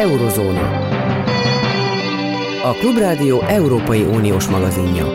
Eurozóna. A Klubrádió Európai Uniós magazinja.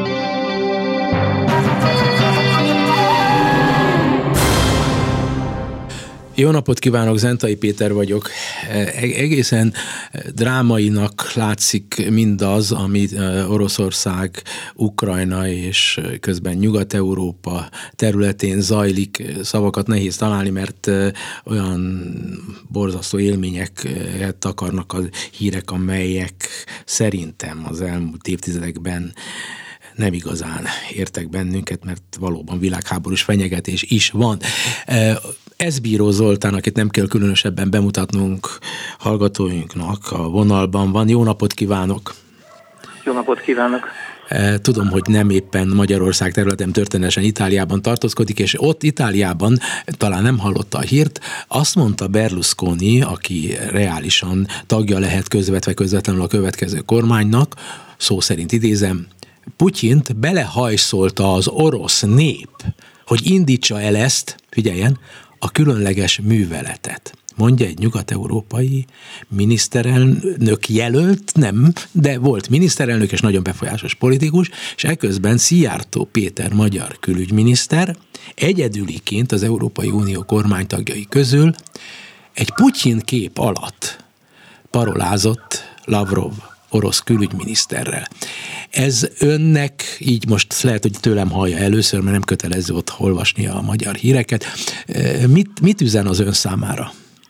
Jó napot kívánok, Zentai Péter vagyok. Egészen drámainak látszik mindaz, ami Oroszország, Ukrajna és közben Nyugat-Európa területén zajlik. Szavakat nehéz találni, mert olyan borzasztó élményeket takarnak a hírek, amelyek szerintem az elmúlt évtizedekben nem igazán értek bennünket, mert valóban világháborús fenyegetés is van. Eszbíró Zoltán, akit nem kell különösebben bemutatnunk hallgatóinknak, a vonalban van. Jó napot kívánok! Jó napot kívánok! Tudom, hogy nem éppen Magyarország területen, történetesen Itáliában tartózkodik, és ott Itáliában, talán nem hallotta a hírt, azt mondta Berlusconi, aki reálisan tagja lehet közvetlenül a következő kormánynak, szó szerint idézem, Putyint belehajszolta az orosz nép, hogy indítsa el ezt, figyeljen, a különleges műveletet. Mondja egy nyugat-európai miniszterelnök jelölt, nem, de volt miniszterelnök és nagyon befolyásos politikus, és eközben Szijjártó Péter magyar külügyminiszter egyedüliként az Európai Unió kormánytagjai közül egy Putyin kép alatt parolázott Lavrov orosz külügyminiszterrel. Ez önnek, így most lehet, hogy tőlem hallja először, mert nem kötelező ott olvasni a magyar híreket. Mit üzen az ön számára?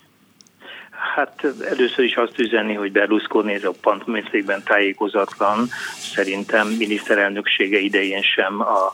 Hát először is azt üzenni, hogy Berlusconi roppant mértékben tájékozatlan. Szerintem miniszterelnöksége idején sem a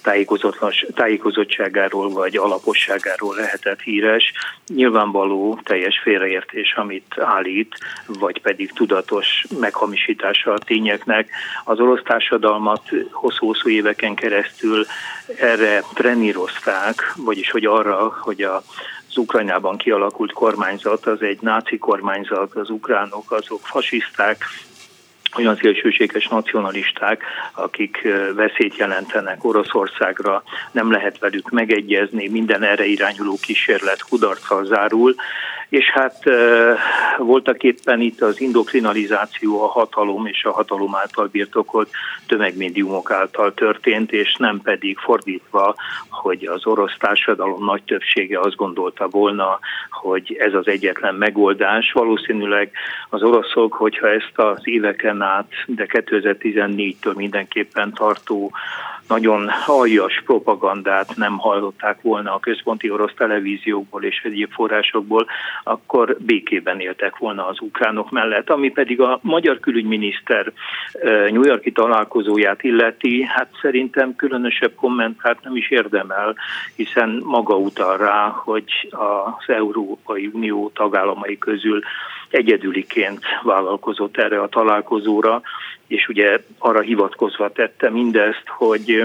tájékozottságáról vagy alaposságáról lehetett híres. Nyilvánvaló teljes félreértés, amit állít, vagy pedig tudatos meghamisítása a tényeknek. Az orosz társadalmat hosszú-hosszú éveken keresztül erre trenírozták, vagyis hogy arra, hogy az Ukrajnában kialakult kormányzat, az egy náci kormányzat, az ukránok azok fasiszták, olyan szélsőséges nacionalisták, akik veszélyt jelentenek Oroszországra, nem lehet velük megegyezni, minden erre irányuló kísérlet kudarccal zárul, és hát voltak éppen itt az indoktrinalizáció, a hatalom és a hatalom által birtokolt tömegmédiumok által történt, és nem pedig fordítva, hogy az orosz társadalom nagy többsége azt gondolta volna, hogy ez az egyetlen megoldás. Valószínűleg az oroszok, hogyha ezt az éveken át, de 2014-től mindenképpen tartó nagyon aljas propagandát nem hallották volna a központi orosz televíziókból és egyéb forrásokból, akkor békében éltek volna az ukránok mellett. Ami pedig a magyar külügyminiszter New York-i találkozóját illeti, hát szerintem különösebb kommentárt nem is érdemel, hiszen maga utal rá, hogy az Európai Unió tagállamai közül egyedüliként vállalkozott erre a találkozóra, és ugye arra hivatkozva tette mindezt, hogy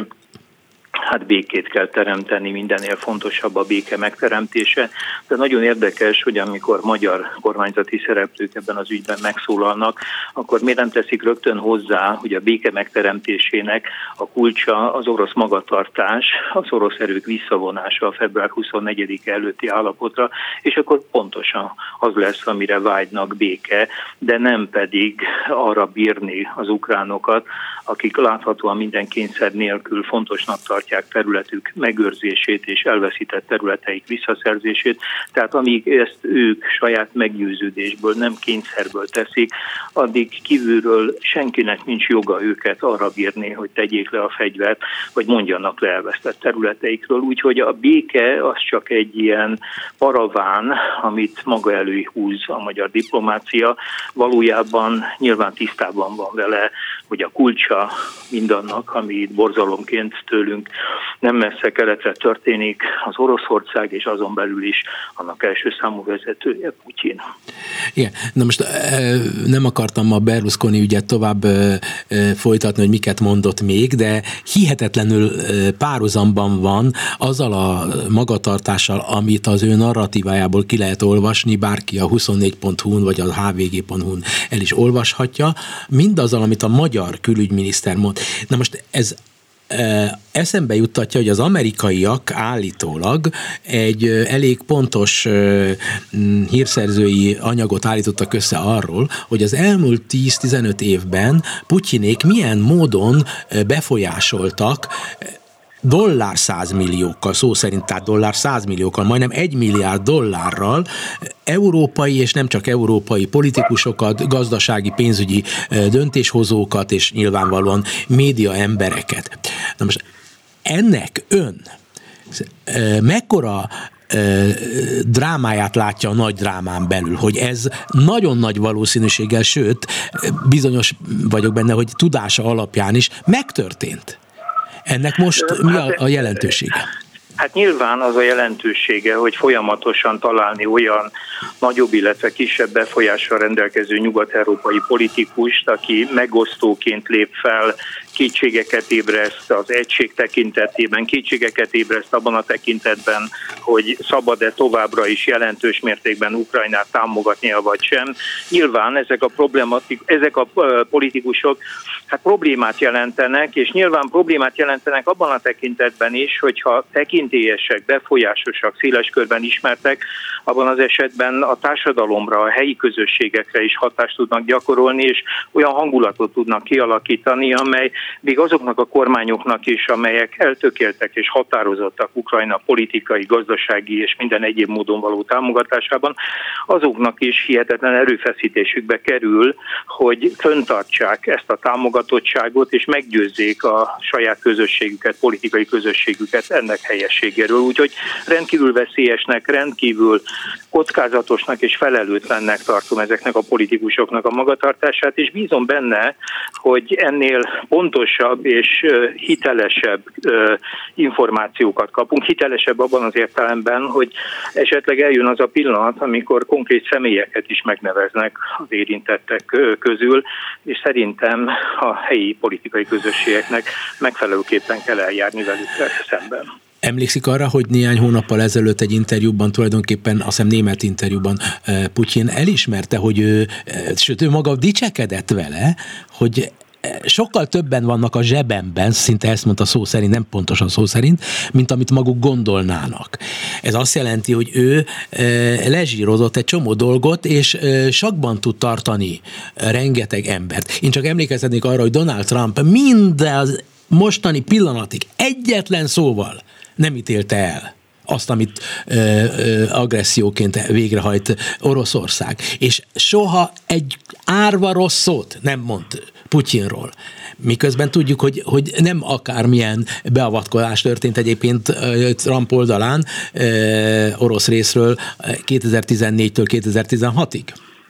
hát békét kell teremteni, mindennél fontosabb a béke megteremtése. De nagyon érdekes, hogy amikor magyar kormányzati szereplők ebben az ügyben megszólalnak, akkor miért nem teszik rögtön hozzá, hogy a béke megteremtésének a kulcsa az orosz magatartás, az orosz erők visszavonása a február 24-e előtti állapotra, és akkor pontosan az lesz, amire vágynak, béke, de nem pedig arra bírni az ukránokat, akik láthatóan minden kényszer nélkül fontosnak tartják területük megőrzését és elveszített területeik visszaszerzését. Tehát amíg ezt ők saját meggyőződésből, nem kényszerből teszik, addig kívülről senkinek nincs joga őket arra bírni, hogy tegyék le a fegyvert, vagy mondjanak le elvesztett területeikről. Úgyhogy a béke az csak egy ilyen paraván, amit maga elő húz a magyar diplomácia. Valójában nyilván tisztában van vele, hogy a kulcsa mindannak, ami itt borzalomként tőlünk nem messze keletre történik, az Oroszország, és azon belül is annak első számú vezetője Putyin. Igen, na most nem akartam a Berlusconi ügyet tovább folytatni, hogy miket mondott még, de hihetetlenül párhuzamban van azzal a magatartással, amit az ő narratívájából ki lehet olvasni, bárki a 24.hu-n vagy a hvg.hu-n el is olvashatja, mindazzal, amit a magyar külügyminiszter mond. Na most ez eszembe juttatja, hogy az amerikaiak állítólag egy elég pontos hírszerzői anyagot állítottak össze arról, hogy az elmúlt 10-15 évben Putyinék milyen módon befolyásoltak dollár 100 milliókkal, szó szerint, tehát dollár 100 milliókkal, majdnem 1 milliárd dollárral európai és nem csak európai politikusokat, gazdasági, pénzügyi döntéshozókat és nyilvánvalóan média embereket. Na most ennek ön mekkora drámáját látja a nagy drámán belül, hogy ez nagyon nagy valószínűséggel, sőt, bizonyos vagyok benne, hogy tudása alapján is megtörtént. Ennek most mi a jelentősége? Hát nyilván az a jelentősége, hogy folyamatosan találni olyan nagyobb, illetve kisebb befolyással rendelkező nyugat-európai politikust, aki megosztóként lép fel, kétségeket ébreszt az egység tekintetében, kétségeket ébreszt abban a tekintetben, hogy szabad-e továbbra is jelentős mértékben Ukrajnát támogatnia vagy sem. Nyilván ezek a politikusok hát problémát jelentenek, és nyilván problémát jelentenek abban a tekintetben is, hogyha tekintélyesek, befolyásosak, széles körben ismertek, abban az esetben a társadalomra, a helyi közösségekre is hatást tudnak gyakorolni, és olyan hangulatot tudnak kialakítani, amely még azoknak a kormányoknak is, amelyek eltökéltek és határozottak Ukrajna politikai, gazdasági és minden egyéb módon való támogatásában, azoknak is hihetetlen erőfeszítésükbe kerül, hogy fenntartsák ezt a támogatottságot, és meggyőzzék a saját közösségüket, politikai közösségüket ennek helyességéről. Úgyhogy rendkívül veszélyesnek, rendkívül kockázatosnak és felelőtlennek tartom ezeknek a politikusoknak a magatartását, és bízom benne, hogy ennél pontosabb és hitelesebb információkat kapunk. Hitelesebb abban az értelemben, hogy esetleg eljön az a pillanat, amikor konkrét személyeket is megneveznek az érintettek közül, és szerintem a helyi politikai közösségeknek megfelelőképpen kell eljárni velük szemben. Emlékszik arra, hogy néhány hónappal ezelőtt egy interjúban, tulajdonképpen azt hiszem német interjúban Putyin elismerte, hogy ő maga dicsekedett vele, hogy sokkal többen vannak a zsebemben, szinte ezt mondta szó szerint, nem pontosan szó szerint, mint amit maguk gondolnának. Ez azt jelenti, hogy ő lezsírozott egy csomó dolgot, és sakban tud tartani rengeteg embert. Én csak emlékeztetnék arra, hogy Donald Trump minden az mostani pillanatig egyetlen szóval nem ítélte el azt, amit agresszióként végrehajt Oroszország. És soha egy árva rossz szót nem mond Putyinról. Miközben tudjuk, hogy nem akármilyen beavatkozás történt egyébként Trump oldalán orosz részről 2014-től 2016-ig.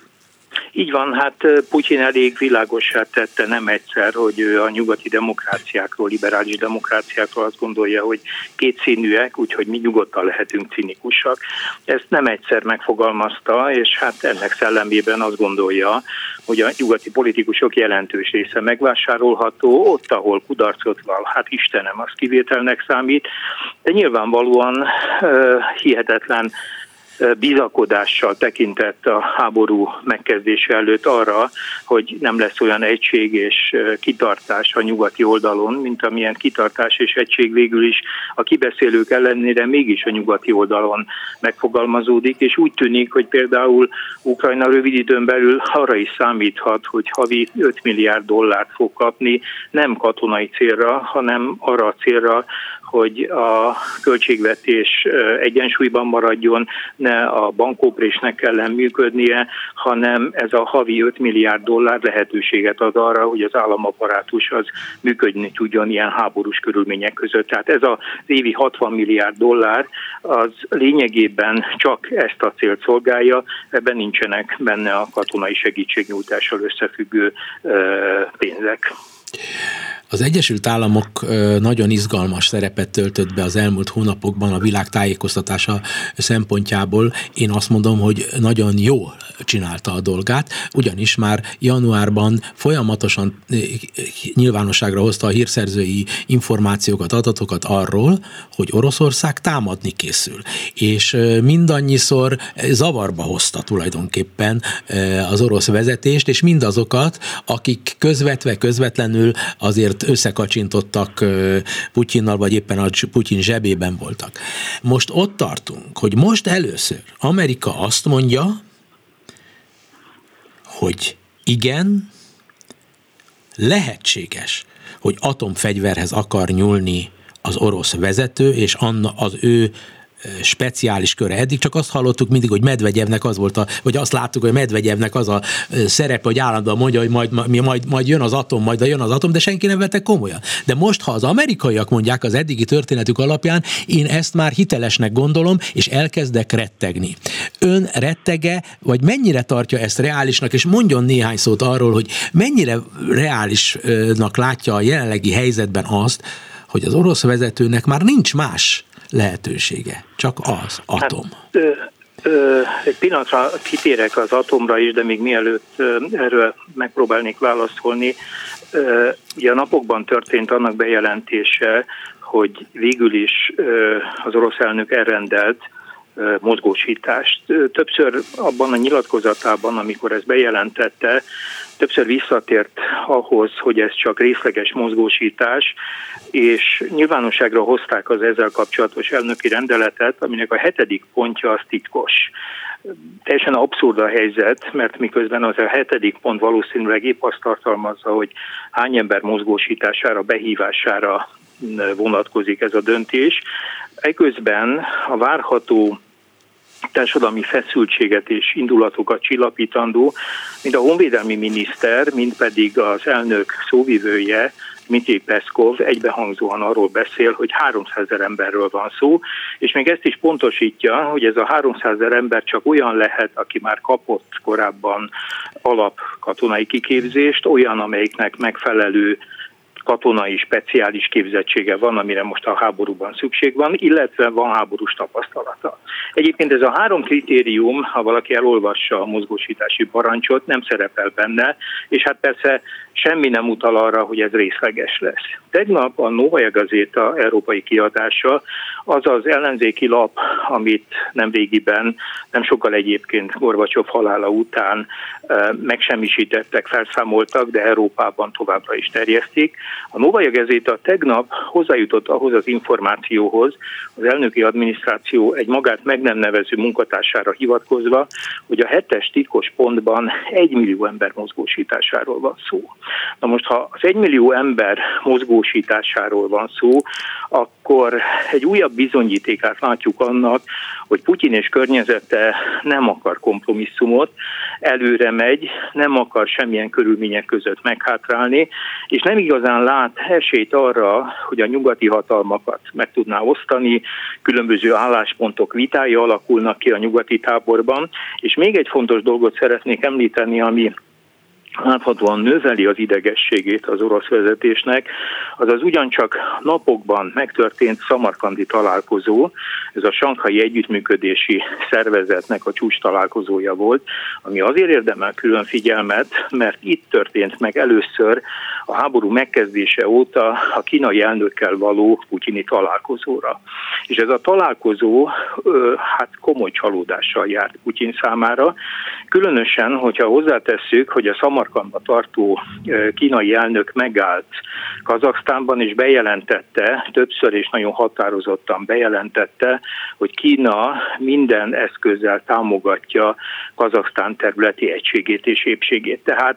Így van, hát Putyin elég világossá tette nem egyszer, hogy ő a nyugati demokráciákról, liberális demokráciákról azt gondolja, hogy kétszínűek, úgyhogy mi nyugodtan lehetünk cinikusak. Ezt nem egyszer megfogalmazta, és hát ennek szellemében azt gondolja, hogy a nyugati politikusok jelentős része megvásárolható, ott, ahol kudarcot val, hát Istenem, az kivételnek számít, de nyilvánvalóan hihetetlen bizakodással tekintett a háború megkezdése előtt arra, hogy nem lesz olyan egység és kitartás a nyugati oldalon, mint amilyen kitartás és egység végül is a kibeszélők ellenére mégis a nyugati oldalon megfogalmazódik, és úgy tűnik, hogy például Ukrajna rövid időn belül arra is számíthat, hogy havi 5 milliárd dollárt fog kapni, nem katonai célra, hanem arra a célra, hogy a költségvetés egyensúlyban maradjon, ne a bankóprésnek kellene működnie, hanem ez a havi 5 milliárd dollár lehetőséget ad arra, hogy az államaparátus az működni tudjon ilyen háborús körülmények között. Tehát ez az évi 60 milliárd dollár az lényegében csak ezt a célt szolgálja, ebben nincsenek benne a katonai segítségnyújtással összefüggő pénzek. Az Egyesült Államok nagyon izgalmas szerepet töltött be az elmúlt hónapokban a világ tájékoztatása szempontjából. Én azt mondom, hogy nagyon jó csinálta a dolgát, ugyanis már januárban folyamatosan nyilvánosságra hozta a hírszerzői információkat, adatokat arról, hogy Oroszország támadni készül. És mindannyiszor zavarba hozta tulajdonképpen az orosz vezetést, és mindazokat, akik közvetlenül azért összekacsintottak Putyinnal, vagy éppen a Putyin zsebében voltak. Most ott tartunk, hogy most először Amerika azt mondja, hogy igen, lehetséges, hogy atomfegyverhez akar nyúlni az orosz vezető, és az ő speciális köre. Eddig csak azt hallottuk mindig, hogy Medvegyevnek az volt vagy azt láttuk, hogy Medvegyevnek az a szerepe, hogy állandóan mondja, hogy majd jön az atom, de senki nem vette komolyan. De most, ha az amerikaiak mondják az eddigi történetük alapján, én ezt már hitelesnek gondolom, és elkezdek rettegni. Ön rettege, vagy mennyire tartja ezt reálisnak, és mondjon néhány szót arról, hogy mennyire reálisnak látja a jelenlegi helyzetben azt, hogy az orosz vezetőnek már nincs más lehetősége, csak az atom. Egy pillanatra kitérek az atomra is, de még mielőtt erről megpróbálnék válaszolni. Ugye a napokban történt annak bejelentése, hogy végül is az orosz elnök elrendelt mozgósítást. Többször abban a nyilatkozatában, amikor ezt bejelentette, többször visszatért ahhoz, hogy ez csak részleges mozgósítás, és nyilvánosságra hozták az ezzel kapcsolatos elnöki rendeletet, aminek a 7. pontja az titkos. Teljesen abszurd a helyzet, mert miközben az a 7. pont valószínűleg épp azt tartalmazza, hogy hány ember mozgósítására, behívására vonatkozik ez a döntés. Eközben a várható társadalmi feszültséget és indulatokat csillapítandó, mind a honvédelmi miniszter, mind pedig az elnök szóvivője, Dmitry Peszkov egybehangzóan arról beszél, hogy 300 000 emberről van szó, és még ezt is pontosítja, hogy ez a 300 000 ember csak olyan lehet, aki már kapott korábban alapkatonai kiképzést, olyan, amelyiknek megfelelő katonai speciális képzettsége van, amire most a háborúban szükség van, illetve van háborús tapasztalata. Egyébként ez a 3 kritérium, ha valaki elolvassa a mozgósítási parancsot, nem szerepel benne, és hát persze semmi nem utal arra, hogy ez részleges lesz. Tegnap a Novaja Gazeta európai kiadása, az az ellenzéki lap, amit nemrégiben, nem sokkal egyébként Gorbacsov halála után megsemmisítettek, felszámoltak, de Európában továbbra is terjesztik. A Novaja Gazeta tegnap hozzájutott ahhoz az információhoz, az elnöki adminisztráció egy magát meg nem nevező munkatársára hivatkozva, hogy a 7. titkos pontban 1 millió ember mozgósításáról van szó. Na most, ha az 1 millió ember mozgósításáról van szó, akkor egy újabb bizonyítékát látjuk annak, hogy Putyin és környezete nem akar kompromisszumot, előre megy, nem akar semmilyen körülmények között meghátrálni, és nem igazán lát esélyt arra, hogy a nyugati hatalmakat meg tudná osztani, különböző álláspontok vitái alakulnak ki a nyugati táborban, és még egy fontos dolgot szeretnék említeni, ami láthatóan növeli az idegességét az orosz vezetésnek, az az ugyancsak napokban megtörtént szamarkandi találkozó, ez a Sanghai Együttműködési Szervezetnek a csúcs találkozója volt, ami azért érdemel külön figyelmet, mert itt történt meg először a háború megkezdése óta a kínai elnökkel való putyini találkozóra. És ez a találkozó hát komoly csalódással járt Putyin számára, különösen, hogyha hozzátesszük, hogy a Szamarkandba tartó kínai elnök megállt Kazaksztánban, és bejelentette, többször és nagyon határozottan bejelentette, hogy Kína minden eszközzel támogatja Kazaksztán területi egységét és épségét. Tehát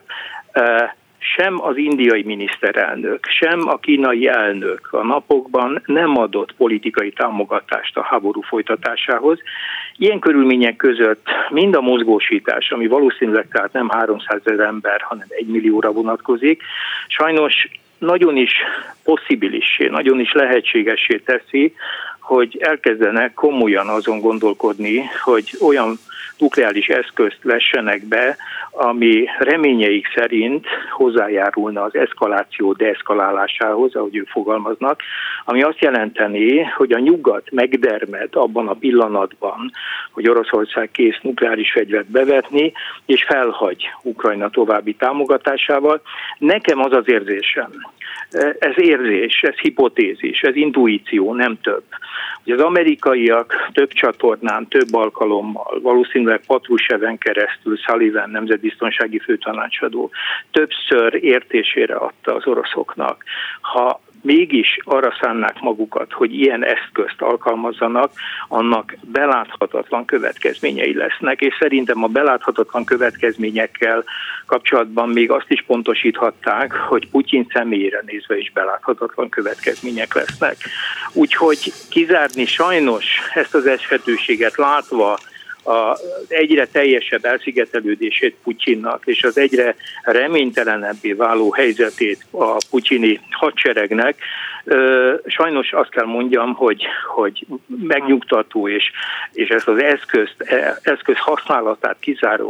sem az indiai miniszterelnök, sem a kínai elnök a napokban nem adott politikai támogatást a háború folytatásához. Ilyen körülmények között mind a mozgósítás, ami valószínűleg tehát nem 300 000 ember, hanem 1 millióra vonatkozik, sajnos nagyon is possibilissé, nagyon is lehetségessé teszi, hogy elkezdenek komolyan azon gondolkodni, hogy olyan nukleáris eszközt vessenek be, ami reményeik szerint hozzájárulna az eszkaláció deeszkalálásához, ahogy ők fogalmaznak, ami azt jelenteni, hogy a nyugat megdermed abban a pillanatban, hogy Oroszország kész nukleáris fegyvert bevetni, és felhagy Ukrajna további támogatásával. Nekem az az érzésem, ez érzés, ez hipotézis, ez intuíció, nem több. Hogy az amerikaiak több csatornán, több alkalommal, valószínűleg Patrusheven keresztül Sullivan nemzetbiztonsági főtanácsadó többször értésére adta az oroszoknak. Ha mégis arra szánnák magukat, hogy ilyen eszközt alkalmazzanak, annak beláthatatlan következményei lesznek, és szerintem a beláthatatlan következményekkel kapcsolatban még azt is pontosíthatták, hogy Putyin személyére nézve is beláthatatlan következmények lesznek. Úgyhogy kizárni sajnos ezt az esetőséget látva, az egyre teljesebb elszigetelődését Putyinnak, és az egyre reménytelenebbé váló helyzetét a putyini hadseregnek, sajnos azt kell mondjam, hogy megnyugtató, és ezt az eszköz használatát kizáró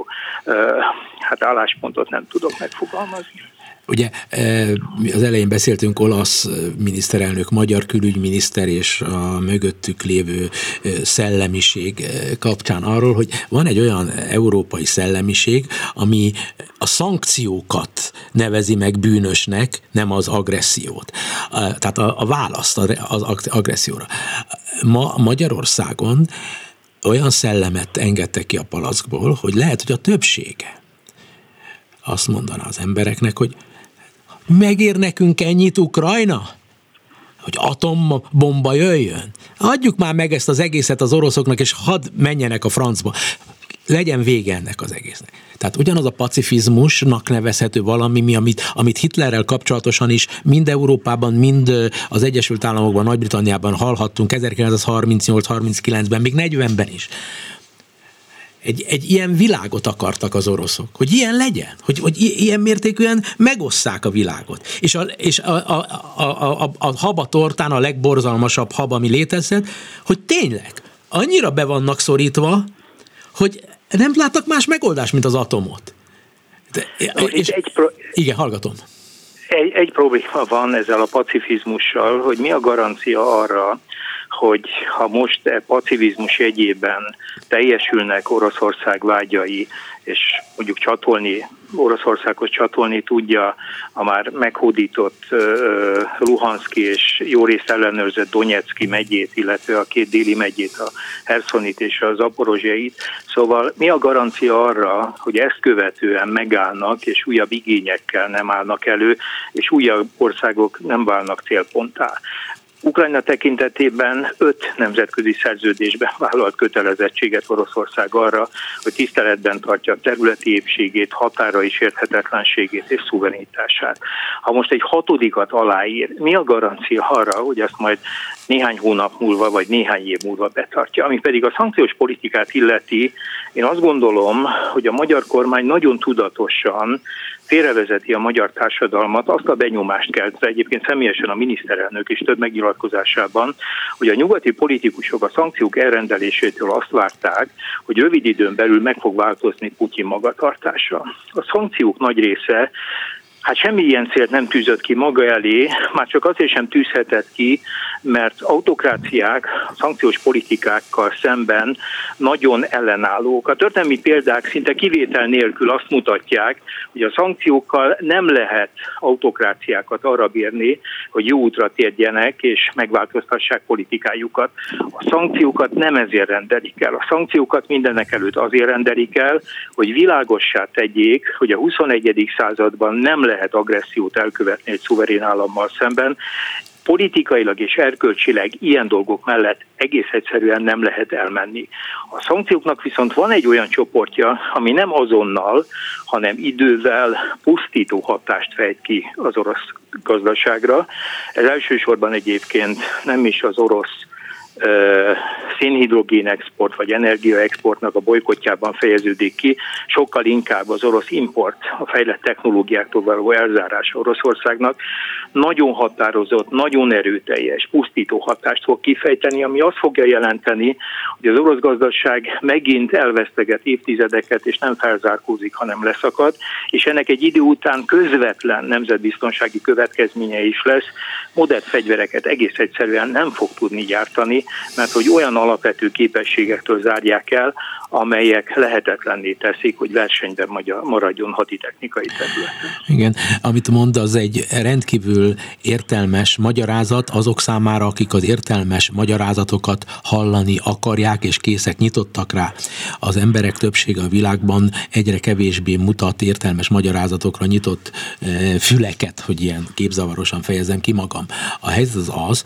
álláspontot nem tudok megfogalmazni. Ugye az elején beszéltünk olasz miniszterelnök, magyar külügyminiszter és a mögöttük lévő szellemiség kapcsán arról, hogy van egy olyan európai szellemiség, ami a szankciókat nevezi meg bűnösnek, nem az agressziót. Tehát a választ az agresszióra. Ma Magyarországon olyan szellemet engedtek ki a palackból, hogy lehet, hogy a többsége azt mondaná az embereknek, hogy megér nekünk ennyit Ukrajna? Hogy atombomba jöjjön? Adjuk már meg ezt az egészet az oroszoknak, és hadd menjenek a francba. Legyen vége ennek az egésznek. Tehát ugyanaz a pacifizmusnak nevezhető valami, amit Hitlerrel kapcsolatosan is mind Európában, mind az Egyesült Államokban, Nagy-Britanniában hallhattunk 1938-39-ben, még 40-ben is. Egy ilyen világot akartak az oroszok, hogy ilyen legyen, hogy ilyen mértékűen megosszák a világot. És a habatortán a legborzalmasabb hab, ami létezett, hogy tényleg annyira be vannak szorítva, hogy nem láttak más megoldást, mint az atomot. Igen, hallgatom. Egy probléma van ezzel a pacifizmussal, hogy mi a garancia arra, hogy ha most pacifizmus jegyében teljesülnek Oroszország vágyai, és mondjuk Oroszországhoz csatolni tudja a már meghódított Luhanszki és jó részt ellenőrzött Donetszki megyét, illetve a két déli megyét, a Herszonit és a Zaporozsjait. Szóval mi a garancia arra, hogy ezt követően megállnak, és újabb igényekkel nem állnak elő, és újabb országok nem válnak célponttá? Ukrajna tekintetében 5 nemzetközi szerződésben vállalt kötelezettséget Oroszország arra, hogy tiszteletben tartja a területi épségét, határai sérthetetlenségét és szuverenitását. Ha most egy 6-at aláír, mi a garancia arra, hogy ezt majd néhány hónap múlva vagy néhány év múlva betartja? Ami pedig a szankciós politikát illeti, én azt gondolom, hogy a magyar kormány nagyon tudatosan félrevezeti a magyar társadalmat, azt a benyomást keltve, egyébként személyesen a miniszterelnök is több megnyilatkozásában, hogy a nyugati politikusok a szankciók elrendelésétől azt várták, hogy rövid időn belül meg fog változni Putyin magatartása. A szankciók nagy része semmi ilyen célt nem tűzött ki maga elé, már csak azért sem tűzhetett ki, mert autokráciák a szankciós politikákkal szemben nagyon ellenállók. A történelmi példák szinte kivétel nélkül azt mutatják, hogy a szankciókkal nem lehet autokráciákat arra bírni, hogy jó útra térjenek és megváltoztassák politikájukat. A szankciókat nem ezért rendelik el. A szankciókat mindenek előtt azért rendelik el, hogy világossá tegyék, hogy a 21. században nem lehet agressziót elkövetni egy szuverén állammal szemben. Politikailag és erkölcsileg ilyen dolgok mellett egész egyszerűen nem lehet elmenni. A szankcióknak viszont van egy olyan csoportja, ami nem azonnal, hanem idővel pusztító hatást fejt ki az orosz gazdaságra. Ez elsősorban egyébként nem is az orosz szénhidrogén export vagy energiaexportnak a bojkottjában fejeződik ki, sokkal inkább az orosz import, a fejlett technológiáktól való elzárása Oroszországnak nagyon határozott, nagyon erőteljes, pusztító hatást fog kifejteni, ami azt fogja jelenteni, hogy az orosz gazdaság megint elveszteget évtizedeket, és nem felzárkózik, hanem leszakad, és ennek egy idő után közvetlen nemzetbiztonsági következménye is lesz. Modern fegyvereket egész egyszerűen nem fog tudni gyártani, mert hogy olyan alapvető képességektől zárják el, amelyek lehetetlenné teszik, hogy versenyben maradjon haditechnikai területen. Igen, amit mond, az egy rendkívül értelmes magyarázat azok számára, akik az értelmes magyarázatokat hallani akarják, és készek, nyitottak rá. Az emberek többsége a világban egyre kevésbé mutat értelmes magyarázatokra nyitott füleket, hogy ilyen képzavarosan fejezem ki magam. A helyzet az,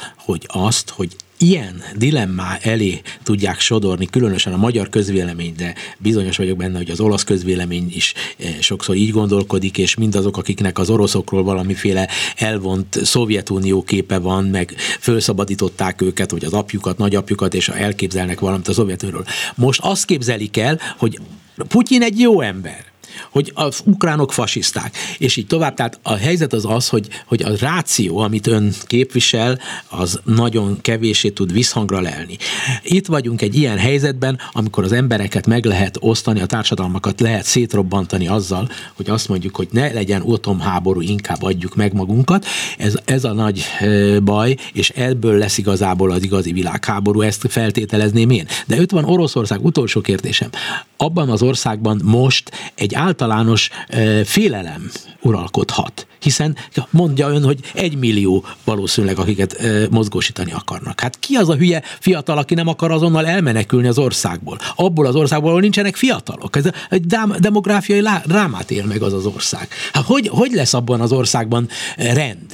hogy ilyen dilemmá elé tudják sodorni, különösen a magyar közvélemény, de bizonyos vagyok benne, hogy az olasz közvélemény is sokszor így gondolkodik, és mindazok, akiknek az oroszokról valamiféle elvont Szovjetunió képe van, meg fölszabadították őket, vagy az apjukat, nagyapjukat, és elképzelnek valamit a Szovjetunióról. Most azt képzelik el, hogy Putyin egy jó ember, hogy az ukránok fasiszták, és így tovább. Tehát a helyzet az, hogy a ráció, amit ön képvisel, az nagyon kevéssé tud visszhangra lelni. Itt vagyunk egy ilyen helyzetben, amikor az embereket meg lehet osztani, a társadalmakat lehet szétrobbantani azzal, hogy azt mondjuk, hogy ne legyen atomháború, inkább adjuk meg magunkat. Ez a nagy baj, és ebből lesz igazából az igazi világháború, ezt feltételezném én. De ott van Oroszország, utolsó kérdésem. Abban az országban most egy általános félelem uralkodhat, hiszen mondja ön, hogy 1 millió valószínűleg, akiket mozgósítani akarnak. Hát ki az a hülye fiatal, aki nem akar azonnal elmenekülni az országból? Abból az országból, ahol nincsenek fiatalok. Ez egy demográfiai drámát él meg az ország. Hát hogy lesz abban az országban rend?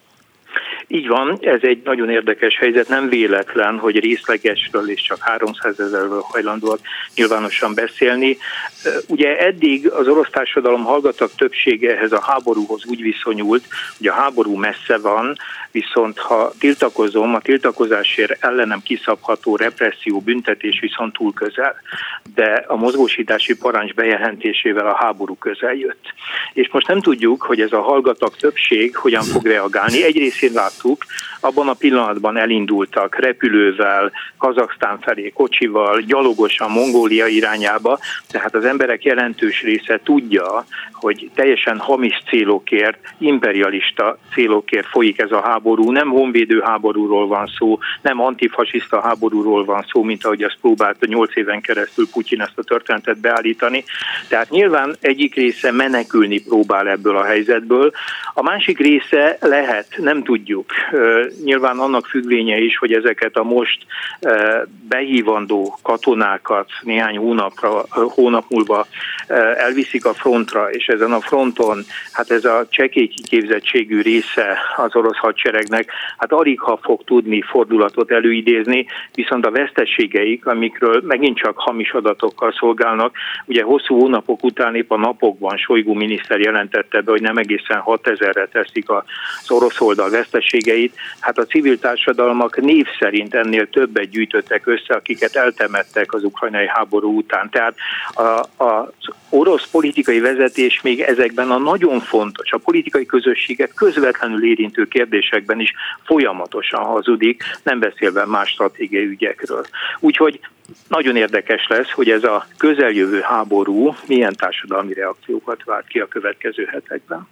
Így van, ez egy nagyon érdekes helyzet, nem véletlen, hogy részlegesről és csak 300 000-ről hajlandóak nyilvánosan beszélni. Ugye eddig az orosz társadalom hallgatag többsége ehhez a háborúhoz úgy viszonyult, hogy a háború messze van, viszont ha tiltakozom, a tiltakozásért ellenem kiszabható represszió, büntetés viszont túl közel. De a mozgósítási parancs bejelentésével a háború közel jött. És most nem tudjuk, hogy ez a hallgatag többség hogyan fog reagálni. Egy részén láttuk, abban a pillanatban elindultak repülővel, Kazaksztán felé, kocsival, gyalogosan Mongólia irányába, tehát az emberek jelentős része tudja, hogy teljesen hamis célokért, imperialista célokért folyik ez a háború. Nem honvédő háborúról van szó, nem antifasiszta háborúról van szó, mint ahogy azt próbálta 8 éven keresztül Putyin ezt a történetet beállítani. Tehát nyilván egyik része menekülni próbál ebből a helyzetből, a másik része lehet, nem tudjuk. Nyilván annak függvénye is, hogy ezeket a most behívandó katonákat néhány hónap múlva elviszik a frontra, és ezen a fronton, hát ez a csekély kiképzettségű része az orosz hadseregnek, hát aligha fog tudni fordulatot előidézni, viszont a veszteségeik, amikről megint csak hamis adatokkal szolgálnak, ugye hosszú hónapok után épp a napokban Sojgu miniszter jelentette be, hogy nem egészen 6000-re teszik az orosz oldal veszteségeit, hát a civil társadalmak név szerint ennél többet gyűjtöttek össze, akiket eltemettek az ukrajnai háború után. Tehát az orosz politikai vezetés még ezekben a nagyon fontos, a politikai közösséget közvetlenül érintő kérdésekben is folyamatosan hazudik, nem beszélve más stratégiai ügyekről. Úgyhogy nagyon érdekes lesz, hogy ez a közeljövő háború milyen társadalmi reakciókat vált ki a következő hetekben.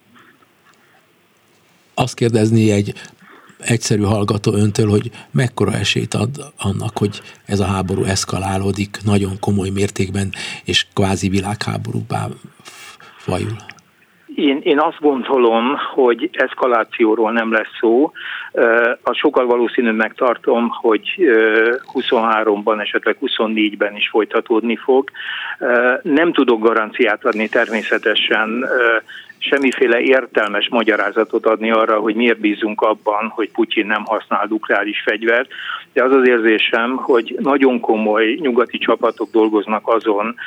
Azt kérdezni egy egyszerű hallgató öntől, hogy mekkora esélyt ad annak, hogy ez a háború eszkalálódik nagyon komoly mértékben, és kvázi világháborúbbá fajul? Én azt gondolom, hogy eszkalációról nem lesz szó. Azt sokkal valószínűbbnek tartom, hogy 23-ban, esetleg 24-ben is folytatódni fog. Nem tudok garanciát adni természetesen, semmiféle értelmes magyarázatot adni arra, hogy miért bízunk abban, hogy Putyin nem használ nukleáris fegyvert, de az az érzésem, hogy nagyon komoly nyugati csapatok dolgoznak azon.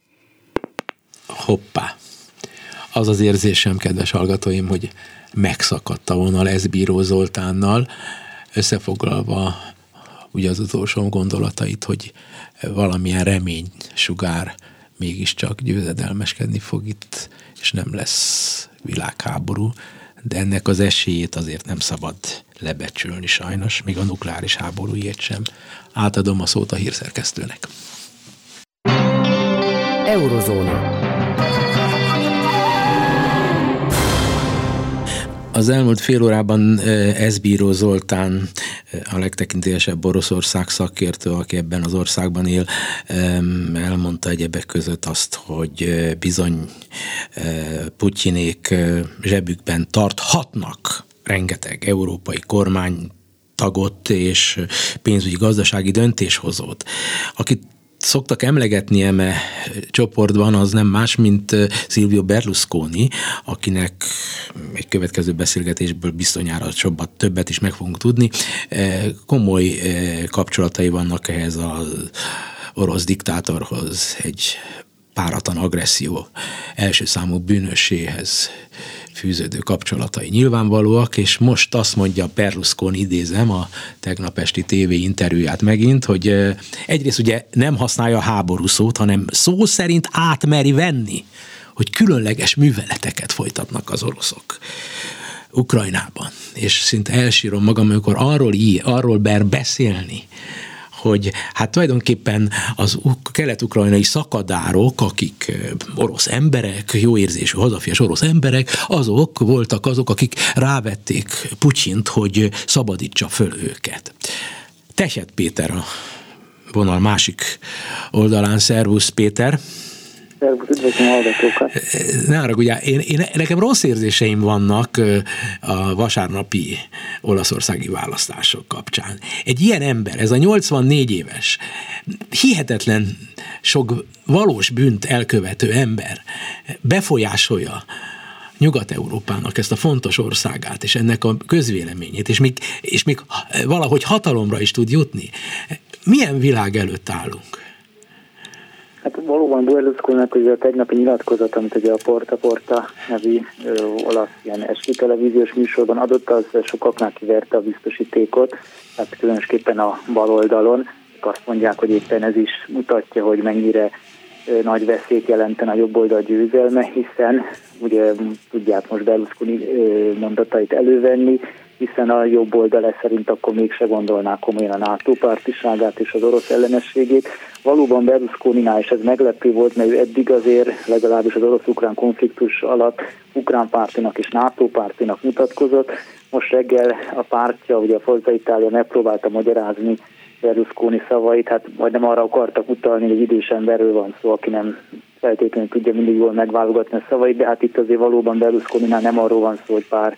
Hoppá! Az az érzésem, kedves hallgatóim, hogy megszakadt a vonal Eszbíró Zoltánnal. Összefoglalva ugye az utolsó gondolatait, hogy valamilyen reménysugár mégiscsak győzedelmeskedni fog itt, és nem lesz világháború, de ennek az esélyét azért nem szabad lebecsülni sajnos, még a nukleáris háborújét sem. Átadom a szót a hírszerkesztőnek. Eurozóna. Az elmúlt fél órában Eszbíró Zoltán, a legtekintélyesebb Oroszország szakértő, aki ebben az országban él, elmondta egyebek között azt, hogy bizony Putyinék zsebükben tarthatnak rengeteg európai kormánytagot és pénzügyi gazdasági döntéshozót. Akit szoktak emlegetni eme csoportban, az nem más, mint Silvio Berlusconi, akinek egy következő beszélgetésből bizonyára többet is meg fogunk tudni. Komoly kapcsolatai vannak ehhez az orosz diktátorhoz, egy páratlan agresszió első számú bűnösséhez fűződő kapcsolatai nyilvánvalóak, és most azt mondja Berlusconi, idézem a tegnap esti TV interjúját megint, hogy egyrészt ugye nem használja a háború szót, hanem szó szerint átmeri venni, hogy különleges műveleteket folytatnak az oroszok Ukrajnában. És szinte elsírom magam, amikor arról ber beszélni, hogy hát tulajdonképpen az kelet-ukrajnai szakadárok, akik orosz emberek, jó érzésű, hazafias orosz emberek, azok voltak azok, akik rávették Putyint, hogy szabadítsa föl őket. Techet Péter a vonal másik oldalán. Szervusz, Péter! Üdvözlöm a hallgatókat! Ne haragudjál, nekem rossz érzéseim vannak a vasárnapi olaszországi választások kapcsán. Egy ilyen ember, ez a 84 éves, hihetetlen sok valós bűnt elkövető ember befolyásolja Nyugat-Európának ezt a fontos országát, és ennek a közvéleményét, és még valahogy hatalomra is tud jutni. Milyen világ előtt állunk? Hát valóban Berlusconinak ugye a tegnapi nyilatkozat, amit ugye a Porta nevű olasz ilyen esti televíziós műsorban adott, az sokaknak kiverte a biztosítékot, hát különösképpen a bal oldalon. Azt mondják, hogy éppen ez is mutatja, hogy mennyire nagy veszélyt jelenten a jobb oldal győzelme, hiszen ugye tudják most Berlusconi mondatait elővenni, hiszen a jobb oldal szerint akkor mégse gondolná komolyan a NATO pártiságát és az orosz ellenességét. Valóban Berlusconinál is ez meglepő volt, mert ő eddig azért legalábbis az orosz-ukrán konfliktus alatt ukrán pártinak és NATO pártinak mutatkozott. Most reggel a pártja, ugye a Forza Italia megpróbálta magyarázni Berlusconi szavait, hát majdnem arra akartak utalni, hogy egy idős emberről van szó, aki nem feltétlenül tudja mindig jól megválogatni a szavait, de hát itt azért valóban Berlusconinál nem arról van szó, hogy pár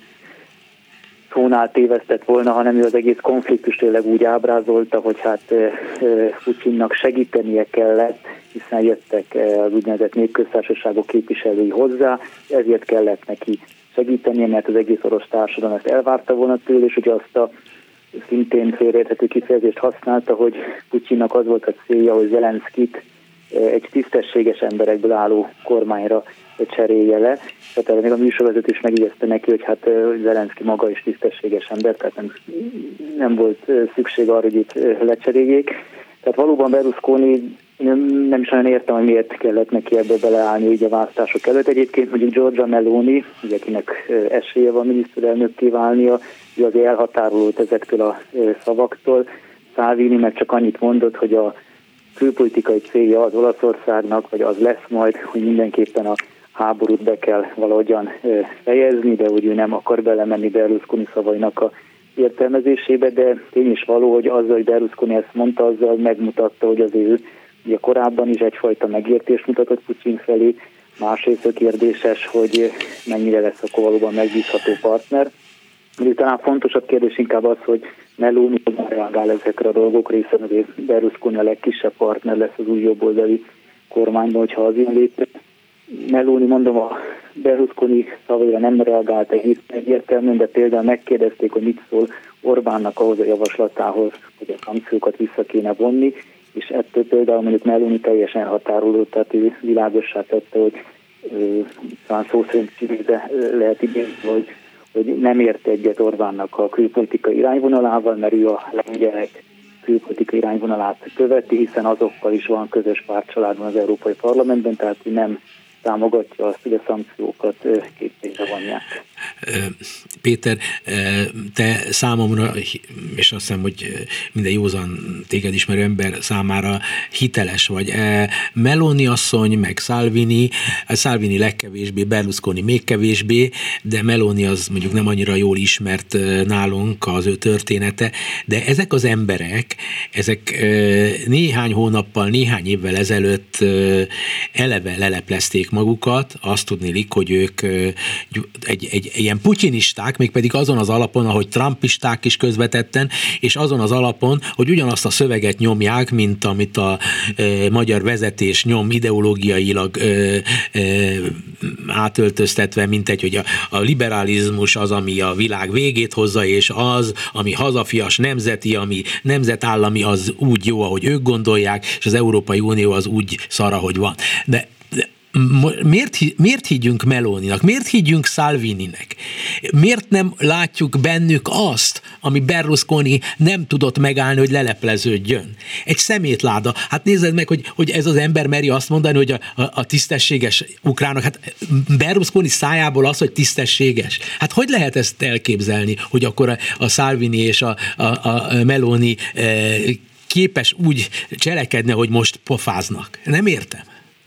szónál tévesztett volna, hanem ő az egész konfliktust tényleg úgy ábrázolta, hogy hát Putyinnak segítenie kellett, hiszen jöttek az úgynevezett népköztársaságok képviselői hozzá, ezért kellett neki segítenie, mert az egész orosz társadalom ezt elvárta volna tőle, és ugye azt a szintén félreérthető kifejezést használta, hogy Putyinnak az volt a célja, hogy Zelenszkit egy tisztességes emberekből álló kormányra cserélje le. Tehát erre még a műsorvezető is megjegyezte neki, hogy hát Zelenszky maga is tisztességes ember, tehát nem volt szükség arra, hogy itt lecseréljék. Tehát valóban Berlusconi, nem is olyan értem, hogy miért kellett neki ebbe beleállni így a választások előtt. Egyébként mondjuk Giorgia Meloni, ugye, akinek esélye van miniszterelnökké válnia, ő azért elhatárolódott ezektől a szavaktól. Salvini meg csak annyit mondott, hogy a külpolitikai célja az Olaszországnak, vagy az lesz majd, hogy mindenképpen a háborút be kell valahogyan fejezni, de hogy ő nem akar belemenni Berlusconi szavainak a értelmezésébe, de tény is való, hogy azzal, hogy Berlusconi ezt mondta, azzal megmutatta, hogy azért ő ugye korábban is egyfajta megértést mutatott Putyin felé, másrészt kérdéses, hogy mennyire lesz akkor valóban megbízható partner. De talán fontosabb kérdés inkább az, hogy Meloni reagál ezekre a dolgokra, hiszen azért Berlusconi a legkisebb partner lesz az új jobboldali kormányban, hogyha az ilyen lép. Meloni, mondom, a Berlusconi szavaira nem reagált egyértelműen, de például megkérdezték, hogy mit szól Orbánnak ahhoz a javaslatához, hogy a szankciókat vissza kéne vonni, és ettől például mondjuk Meloni teljesen határolódott, tehát ő világossá tette, hogy talán szó szerint lehet idézni, hogy nem ért egyet Orbánnak a külpolitikai irányvonalával, mert ő a lengyelek külpolitikai irányvonalát követi, hiszen azokkal is van közös pártcsaládban az Európai Parlamentben, tehát nem támogatja azt, hogy a szankciókat kétségbe vonják. Péter, te számomra, és azt hiszem, hogy minden józan téged ismerő ember számára hiteles vagy. Meloni asszony, meg Salvini legkevésbé, Berlusconi még kevésbé, de Meloni az mondjuk nem annyira jól ismert nálunk az ő története, de ezek az emberek, ezek néhány hónappal, néhány évvel ezelőtt eleve leleplezték magukat, azt tudnélik, hogy ők egy ilyen putyinisták, mégpedig azon az alapon, ahogy trumpisták is közvetetten, és azon az alapon, hogy ugyanazt a szöveget nyomják, mint amit a magyar vezetés nyom ideológiailag átöltöztetve, mint hogy a liberalizmus az, ami a világ végét hozza, és az, ami hazafias, nemzeti, ami nemzetállami, az úgy jó, ahogy ők gondolják, és az Európai Unió az úgy szar, ahogy van. De miért higgyünk Meloninak? Miért higgyünk Salvininek? Miért nem látjuk bennük azt, ami Berlusconi nem tudott megállni, hogy lelepleződjön? Egy szemétláda. Hát nézzed meg, hogy ez az ember meri azt mondani, hogy a tisztességes ukránok, hát Berlusconi szájából az, hogy tisztességes. Hát hogy lehet ezt elképzelni, hogy akkor a Salvini és a Meloni képes úgy cselekedni, hogy most pofáznak? Nem értem.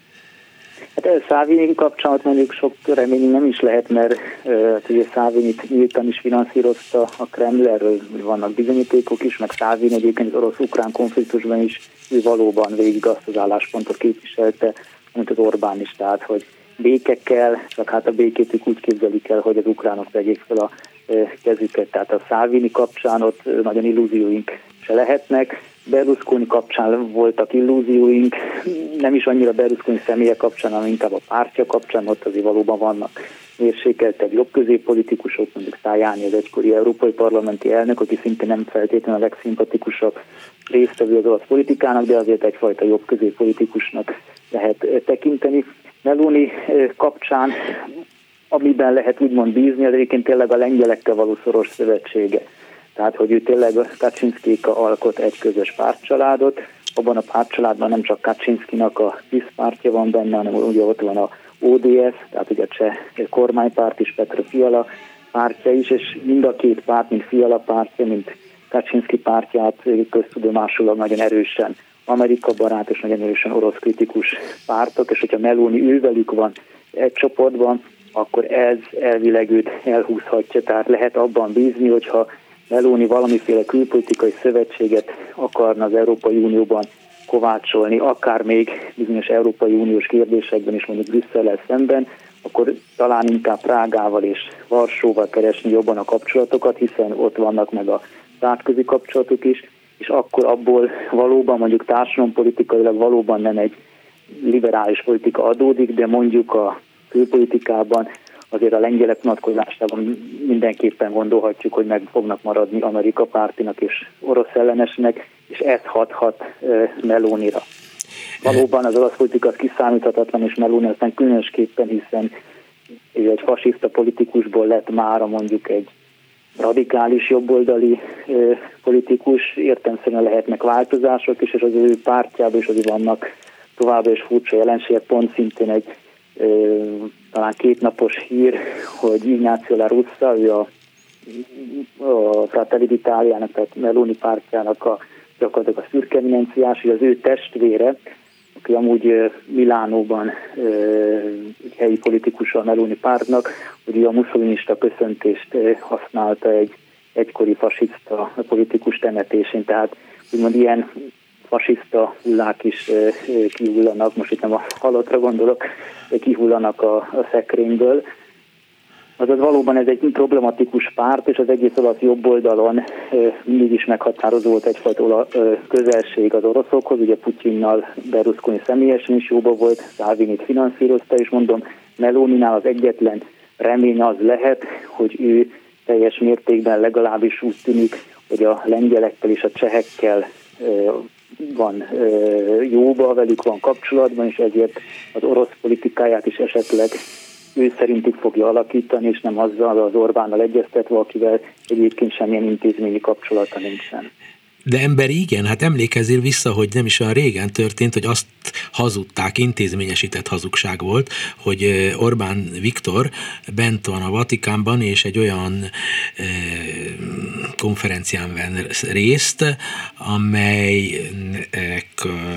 Hát Salvini kapcsán mondjuk sok remény nem is lehet, mert ugye Salvinit nyíltan is finanszírozta a Kreml, erről vannak bizonyítékok is, meg Salvini egyébként az orosz-ukrán konfliktusban is ő valóban végig azt az álláspontot képviselte, mint az Orbán is, tehát hogy béke kell, csak hát a békét ők úgy képzelik el, hogy az ukránok vegyék fel a kezüket, tehát a Salvini kapcsán ott nagyon illúzióink se lehetnek. Berlusconi kapcsán voltak illúzióink, nem is annyira Berlusconi személye kapcsán, hanem inkább a pártja kapcsán, ott azért valóban vannak mérsékeltebb jobb-középpolitikusok, mondjuk Tajani, az egykori európai parlamenti elnök, aki szintén nem feltétlenül a legszimpatikusabb résztvevő az olasz politikának, de azért egyfajta jobb-középpolitikusnak lehet tekinteni. Meloni kapcsán, amiben lehet úgymond bízni, az egyébként tényleg a lengyelekkel való szoros szövetsége. Tehát, hogy ő tényleg Kaczynszkijékkal alkot egy közös pártcsaládot. Abban a pártcsaládban nem csak Kaczynszkinak a PiS pártja van benne, hanem ugye ott van a ODS, tehát ugye a cseh kormánypárt is, Petr Fiala pártja is, és mind a két párt, mint Fiala pártja, mint Kaczynszki pártját köztudomásulag nagyon erősen Amerika barát és nagyon erősen orosz kritikus pártok, és hogyha Meloni ővelük van egy csoportban, akkor ez elvileg őt elhúzhatja, tehát lehet abban bízni, hogyha Meloni valamiféle külpolitikai szövetséget akarna az Európai Unióban kovácsolni, akár még bizonyos Európai Uniós kérdésekben is mondjuk Brüsszellel szemben, akkor talán inkább Prágával és Varsóval keresni jobban a kapcsolatokat, hiszen ott vannak meg a tárgyközi kapcsolatok is, és akkor abból valóban mondjuk társadalompolitikailag valóban nem egy liberális politika adódik, de mondjuk a külpolitikában azért a lengyelek vonatkozásában mindenképpen gondolhatjuk, hogy meg fognak maradni Amerika pártinak és orosz ellenesnek, és ez hathat Melonira. Valóban az orosz politika az kiszámíthatatlan, és Meloni aztán különösképpen, hiszen egy fasiszta politikusból lett mára mondjuk egy radikális jobboldali politikus, értelemszerűen lehetnek változások is, és az ő pártjában is azért vannak továbbra is furcsa jelenségek, pont szintén egy talán 2 napos hír, hogy Ignacio La Russa, ő a Fratelli d'Italiának, tehát Meloni pártjának gyakorlatilag a szürke eminenciás, hogy az ő testvére, aki amúgy Milánóban helyi politikus a Meloni pártnak, hogy a muszolinista köszöntést használta egy egykori fasiszta politikus temetésén, tehát úgymond ilyen fasiszta hullák is kihullanak, most itt nem a halottra gondolok, kihullanak a szekrényből. Azaz valóban ez egy problematikus párt, és az egész olasz jobb oldalon mindig is meghatározó volt egyfajta közelség az oroszokhoz, ugye Putyinnal Berlusconi személyesen is jóba volt, Salvinit finanszírozta, és mondom, Meloninál az egyetlen remény az lehet, hogy ő teljes mértékben legalábbis úgy tűnik, hogy a lengyelekkel és a csehekkel van jóba, velük van kapcsolatban, és ezért az orosz politikáját is esetleg ő szerintük fogja alakítani, és nem azzal az Orbánnal egyeztetve, akivel egyébként semmilyen intézményi kapcsolata nincsen. De emberi, igen, hát emlékezzél vissza, hogy nem is olyan régen történt, hogy azt hazudták, intézményesített hazugság volt, hogy Orbán Viktor bent van a Vatikánban, és egy olyan konferencián vesz részt, amelynek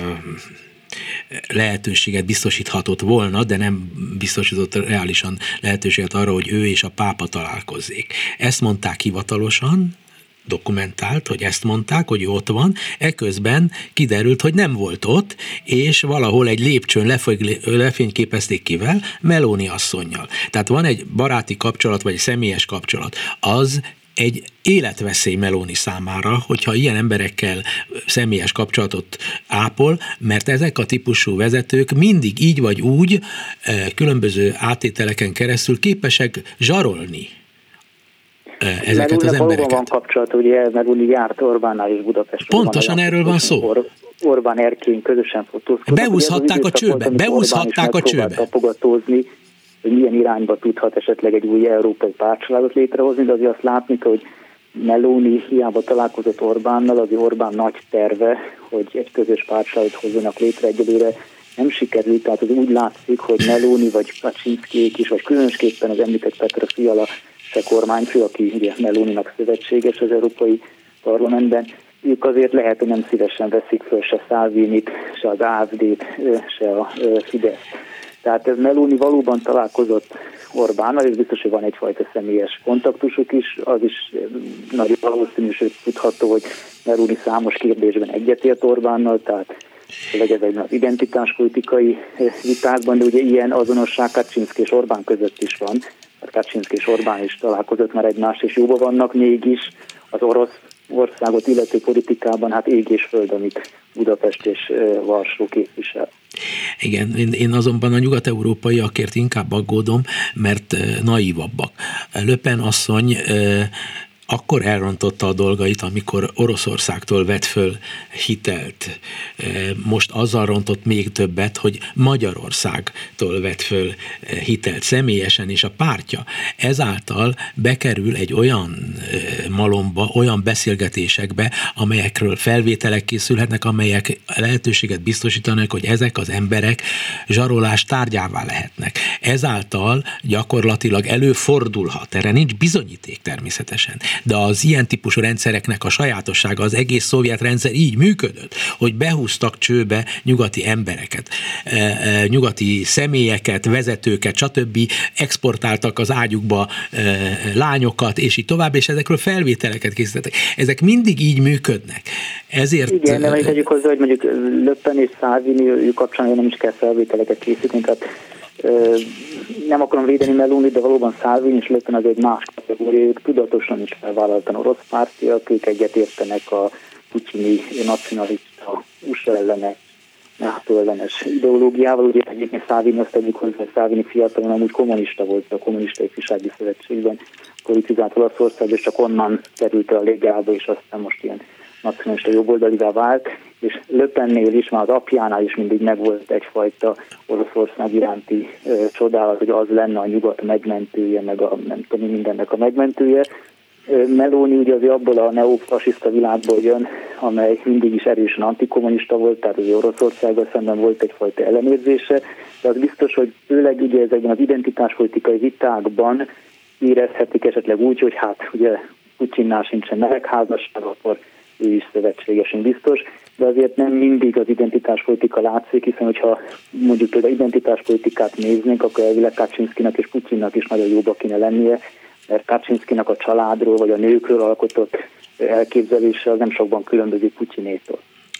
lehetőséget biztosíthatott volna, de nem biztosított reálisan lehetőséget arra, hogy ő és a pápa találkozzék. Ezt mondták hivatalosan, dokumentált, hogy ezt mondták, hogy ő ott van, eközben kiderült, hogy nem volt ott, és valahol egy lépcsőn lefényképezték kivel, Meloni asszonnyal. Tehát van egy baráti kapcsolat, vagy egy személyes kapcsolat. Az egy életveszély Meloni számára, hogyha ilyen emberekkel személyes kapcsolatot ápol, mert ezek a típusú vezetők mindig így vagy úgy különböző átételeken keresztül képesek zsarolni ezeket az embereket. Van kapcsolat, ugye, mert úgy járt Orbánnál és Budapestre. Pontosan erről van szó. Orbán Erkény közösen fotózkodtak. Beúszhatták a csőbe, tapogatózni, hogy milyen irányba tudhat esetleg egy új európai pártcsaládot létrehozni, de azért azt látni, hogy Meloni hiába találkozott Orbánnal, azért Orbán nagy terve, hogy egy közös pártcsaládot hozzanak létre, egyelőre nem sikerült, tehát az úgy látszik, hogy Meloni vagy Kaczynszkijék is, vagy különösképpen az említett Petra Fiala se kormányfő, aki ugye Meloninak szövetséges az Európai Parlamentben, ők azért lehet, hogy nem szívesen veszik föl se Salvinit, se az AfD-t, se a Fideszt. Tehát Meloni valóban találkozott Orbánnal, és biztos, hogy van egyfajta személyes kontaktusuk is, az is nagy valószínűség tudható, hogy Meloni számos kérdésben egyetért Orbánnal, tehát legyen az identitáspolitikai vitákban, de ugye ilyen azonosság Kaczynszki és Orbán között is van. Kaczynszki és Orbán is találkozott már egymást, és jóban vannak, mégis az orosz országot illető politikában hát ég és föld, amit Budapest és Varsó képvisel. Igen, én azonban a nyugat-európaiakért inkább aggódom, mert naívabbak. Le Pen asszony akkor elrontotta a dolgait, amikor Oroszországtól vett föl hitelt. Most azzal rontott még többet, hogy Magyarországtól vett föl hitelt személyesen, és a pártja ezáltal bekerül egy olyan malomba, olyan beszélgetésekbe, amelyekről felvételek készülhetnek, amelyek lehetőséget biztosítanak, hogy ezek az emberek zsarolás tárgyává lehetnek. Ezáltal gyakorlatilag előfordulhat, erre nincs bizonyíték természetesen, de az ilyen típusú rendszereknek a sajátossága, az egész szovjet rendszer így működött, hogy behúztak csőbe nyugati embereket, nyugati személyeket, vezetőket, stb. Exportáltak az ágyukba lányokat, és így tovább, és ezekről felvételeket készítettek. Ezek mindig így működnek. Ezért... Igen, de tegyük hozzá, hogy mondjuk Le Pen és Salvini kapcsán nem is kell felvételeket készíteni, tehát nem akarom védeni Meloni, de valóban Salvini és Le Pen az egy más kategória, ők tudatosan is felvállaltan orosz pártiak, ők egyetértenek a putyini nacionalista, USA ellenes, NATO ellenes ideológiával. Ugye egyébként Salvini, azt tegyük hozzá, hogy Salvini fiatalon amúgy kommunista volt, a Kommunista Ifjúsági Szövetségben politizált Olaszország, és csak onnan került a légába, és aztán most ilyen nacionalista jobboldalivá vált, és Le Pennél is, már az apjánál is mindig megvolt egyfajta Oroszország iránti csodálat, hogy az lenne a nyugat megmentője, meg a nem tudom mindennek a megmentője. Meloni ugye azért abból a neofasiszta világból jön, amely mindig is erősen antikommunista volt, tehát az Oroszországgal szemben volt egyfajta ellenérzése, de az biztos, hogy főleg ugye ezekben az identitáspolitikai vitákban érezhetik esetleg úgy, hogy hát ugye Putyinnál sincsen melegházasság, akkor ő is szövetségesen biztos, de azért nem mindig az identitáspolitika látszik, hiszen hogyha mondjuk például identitáspolitikát néznénk, akkor elvileg Kaczynszkinak és Putyinnak is nagyon jóba kéne lennie, mert Kaczynszkinak a családról vagy a nőkről alkotott elképzelése az nem sokban különbözik Putyinétól.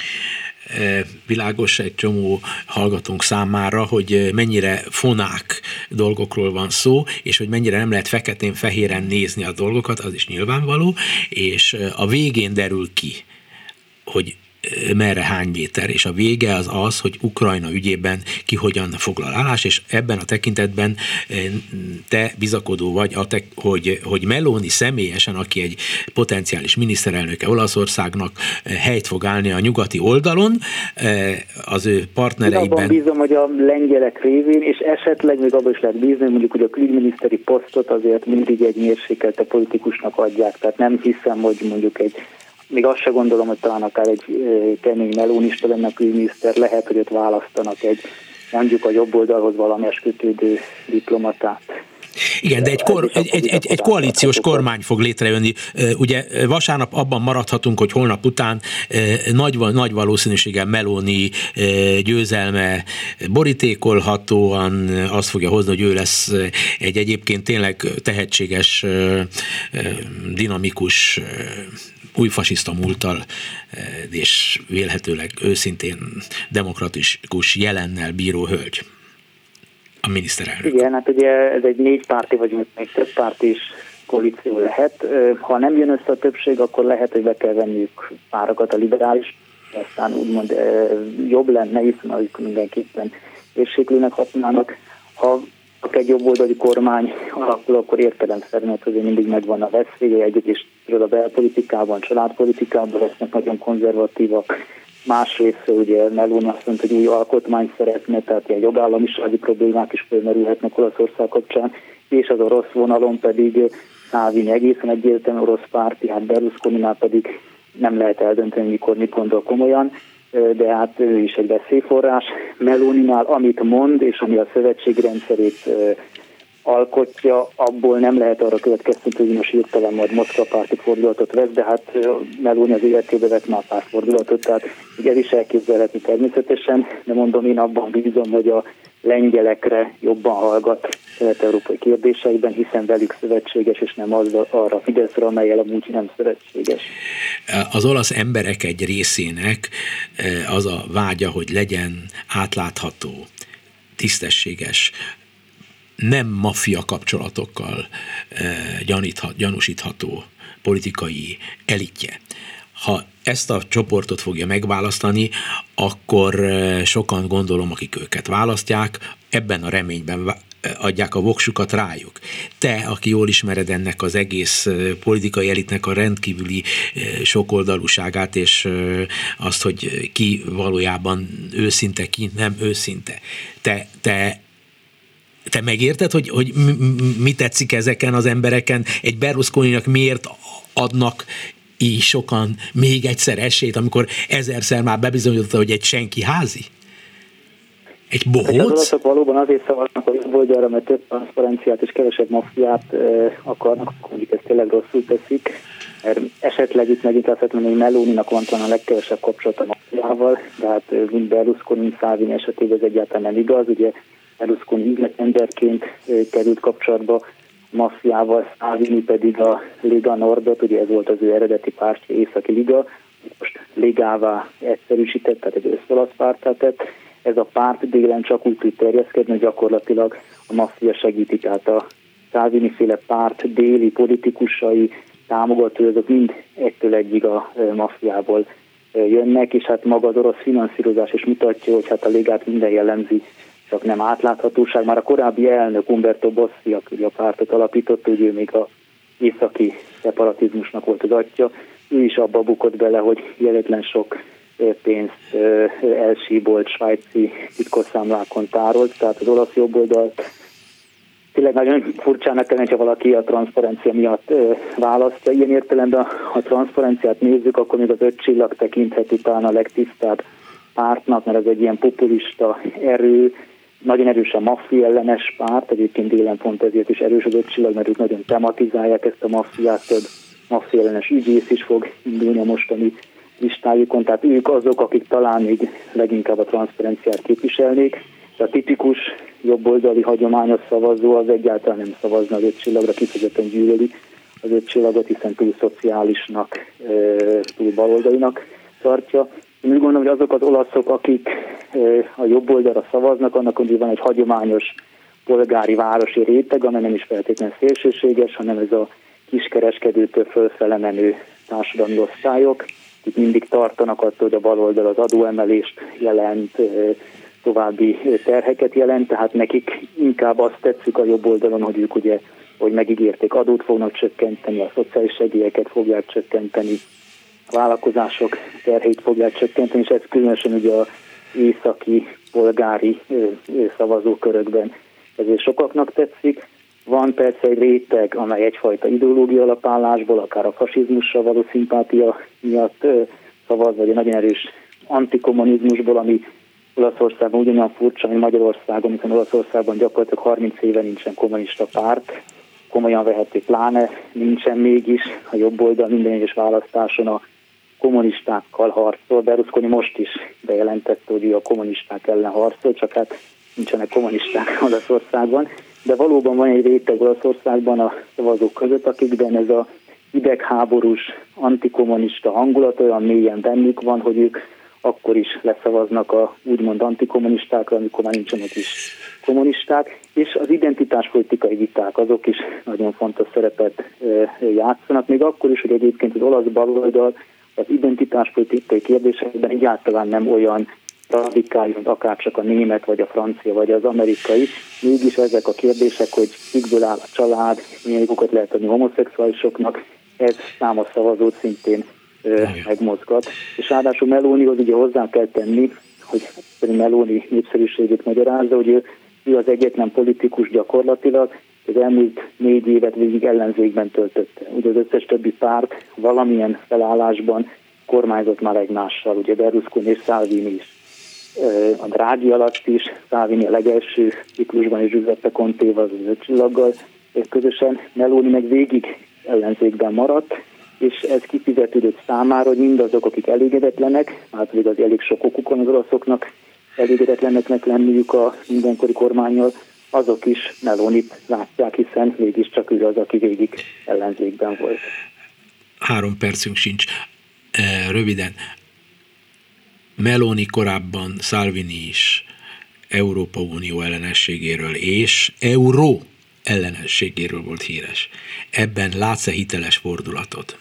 Világos egy csomó hallgatónk számára, hogy mennyire fonák dolgokról van szó, és hogy mennyire nem lehet feketén-fehéren nézni a dolgokat, az is nyilvánvaló, és a végén derül ki, hogy merre hány méter, és a vége az, hogy Ukrajna ügyében ki hogyan foglal állást, és ebben a tekintetben te bizakodó vagy, hogy Meloni személyesen, aki egy potenciális miniszterelnöke Olaszországnak, helyt fog állni a nyugati oldalon, az ő partnereiben. Én abban bízom, hogy a lengyelek révén, és esetleg még abban is lehet bízni, mondjuk, hogy a külügyminiszteri posztot azért mindig egy mérsékelte politikusnak adják, tehát nem hiszem, hogy mondjuk egy még azt se gondolom, hogy talán akár egy kemény melónista lenne külügyminiszter, lehet, hogy ott választanak egy mondjuk a jobb oldalhoz valamelyes kötődő diplomatát. Igen, de egy koalíciós kormány fog létrejönni. Ugye vasárnap abban maradhatunk, hogy holnap után nagy valószínűséggel Meloni győzelme borítékolhatóan azt fogja hozni, hogy ő lesz egy egyébként tényleg tehetséges, dinamikus, új fasiszta múlttal és vélhetőleg őszintén demokratikus jelennel bíró hölgy. A miniszterelnök. Igen, hát ugye ez egy 4 párti vagy még több párti is koalíció lehet. Ha nem jön össze a többség, akkor lehet, hogy be kell venniük párakat a liberális, aztán úgymond jobb lenne, hiszen azok mindenképpen érséklőnek hatnának. Ha egy jobboldali kormány alakul, akkor értelemszerűen azért mindig megvan a veszélye, egyrészt a belpolitikában, családpolitikában lesznek nagyon konzervatívak. Másrészt ugye Meloni azt mondta, hogy új alkotmányt szeretne, tehát ilyen jogállamisági problémák is felmerülhetnek Olaszország kapcsán, és az orosz vonalon pedig Salvini egészen egyértelműen orosz párti, hát Berlusconinál pedig nem lehet eldönteni, mikor mit gondol komolyan, de hát ő is egy veszélyforrás. Meloninál amit mond, és ami a szövetségi rendszerét alkotja, abból nem lehet arra következtetni, hogy most hirtelen majd Moszkva párti fordulatot vesz, de hát Meloni az életébe vett már pártfordulatot, tehát ez is elképzelhető természetesen, de mondom, én abban bízom, hogy a lengyelekre jobban hallgat kelet-európai kérdéseiben, hiszen velük szövetséges, és nem arra Fideszre, amellyel amúgy nem szövetséges. Az olasz emberek egy részének az a vágya, hogy legyen átlátható, tisztességes, nem maffia kapcsolatokkal gyanúsítható politikai elitje. Ha ezt a csoportot fogja megválasztani, akkor sokan, gondolom, akik őket választják, ebben a reményben adják a voksukat rájuk. Te, aki jól ismered ennek az egész politikai elitnek a rendkívüli sokoldalúságát, és azt, hogy ki valójában őszinte, ki nem őszinte. Te megérted, hogy mi tetszik ezeken az embereken? Egy Berlusconinak miért adnak így sokan még egyszer esélyt, amikor 1000-szer már bebizonyította, hogy egy senki házi? Egy bohóc? Az olaszok valóban azért szavaznak a jobb oldalra, mert több transzparenciát és kevesebb maffiát akarnak, mondjuk ezt tényleg rosszul teszik. Mert esetleg itt megint azt mondani, hogy Meloninak van talán a legkevesebb kapcsolata a maffiával, de hát mind Berlusconi, mind Salvini esetében ez egyáltalán nem igaz. Ugye Berlusconi üzletemberként került kapcsolatba maffiával, Salvini pedig a Lega Nordot, ugye ez volt az ő eredeti pártja, Északi Liga, most Ligává egyszerűsített, tehát egy összolasz pártát tett. Ez a párt délen csak úgy tud terjeszkedni, hogy gyakorlatilag a maffia segíti, tehát a Salvini-féle párt déli politikusai, támogatói, azok mind egytől egyig a maffiából jönnek, és hát maga az orosz finanszírozás is mutatja, hogy hát a Ligát minden jellemzi, csak nem átláthatóság. Már a korábbi elnök Umberto Bossi, aki a pártot alapított, hogy ő még az északi szeparatizmusnak volt az atya, ő is abba bukott bele, hogy jelenleg sok pénzt elsíbolt svájci titkosszámlákon tárolt, tehát az olasz jobboldal tényleg nagyon furcsának tenni, ha valaki a transzparencia miatt választja. Ilyen értelemben, ha a transzparenciát nézzük, akkor még az 5 csillag tekinthető talán a legtisztább pártnak, mert ez egy ilyen populista erő, nagyon erősen maffia ellenes párt, egyébként délen pont ezért is erős az 5 csillag, mert ők nagyon tematizálják ezt a maffiát, több maffia ellenes ügyész is fog indulni a mostani listájukon, tehát ők azok, akik talán még leginkább a transzparenciát képviselnék, de a tipikus jobboldali hagyományos szavazó az egyáltalán nem szavazna az 5 csillagra, kifejezetten gyűlöli az 5 csillagot, hiszen túl szociálisnak, túl baloldalinak tartja. Én úgy gondolom, hogy azok az olaszok, akik a jobb oldalra szavaznak, annak van egy hagyományos polgári városi réteg, amely nem is feltétlenül szélsőséges, hanem ez a kiskereskedőtől fölfele menő társadalmi osztályok. Itt mindig tartanak attól, hogy a baloldal az adóemelést jelent, további terheket jelent, tehát nekik inkább azt tetszik a jobb oldalon, hogy ők ugye, hogy megígérték, adót fognak csökkenteni, a szociális segélyeket fogják csökkenteni, a vállalkozások terheit fogják csökkenteni, és ez különösen ugye az északi polgári szavazókörökben ezért sokaknak tetszik. Van persze egy réteg, amely egyfajta ideológia alapállásból, akár a fasizmussal való szimpátia miatt szavaz, vagy egy nagyon erős antikommunizmusból, ami Olaszországban ugyanolyan furcsa, mint Magyarországon, hiszen Olaszországban gyakorlatilag 30 éve nincsen kommunista párt, komolyan vehető, pláne nincsen, mégis a jobb oldal minden egyes választáson a kommunistákkal harcol. Berlusconi most is bejelentette, hogy ő a kommunisták ellen harcol, csak hát nincsenek kommunisták Olaszországban. De valóban van egy réteg Olaszországban a szavazók között, akikben ez a hidegháborús, antikommunista hangulat olyan mélyen bennük van, hogy ők akkor is leszavaznak a úgymond antikommunistákra, amikor már nincsenek is kommunisták, és az identitáspolitikai viták azok is nagyon fontos szerepet játszanak, még akkor is, hogy egyébként az olasz baloldal az identitáspolitikai kérdésekben egyáltalán nem olyan radikális, mint akárcsak a német, vagy a francia, vagy az amerikai. Mégis ezek a kérdések, hogy kikből áll a család, milyen jogokat lehet adni homoszexuálisoknak, ez számos szavazót szintén megmozgat. És ráadásul Melonihoz ugye hozzá kell tenni, hogy Meloni népszerűségét magyarázza, hogy ő az egyetlen politikus gyakorlatilag, az elmúlt 4 évet végig ellenzékben töltötte. Ugye az összes többi párt valamilyen felállásban kormányzott már egymással, ugye Berlusconi és Salvini is. A Draghi alatt is, Salvini a legelső ciklusban, és Giuseppe Contéval, az 5 csillaggal közösen, Meloni meg végig ellenzékben maradt, és ez kifizetődött számára, hogy mindazok, akik elégedetlenek, hát pedig az elég sok okuk van az olaszoknak elégedetleneknek lenniük a mindenkori kormánnyal, azok is Melonit látják, hiszen mégiscsak ő az, aki végig ellenzékben volt. 3 percünk sincs. Röviden. Meloni korábban, Salvini is Európa Unió ellenességéről és euró ellenességéről volt híres. Ebben látsz-e hiteles fordulatot?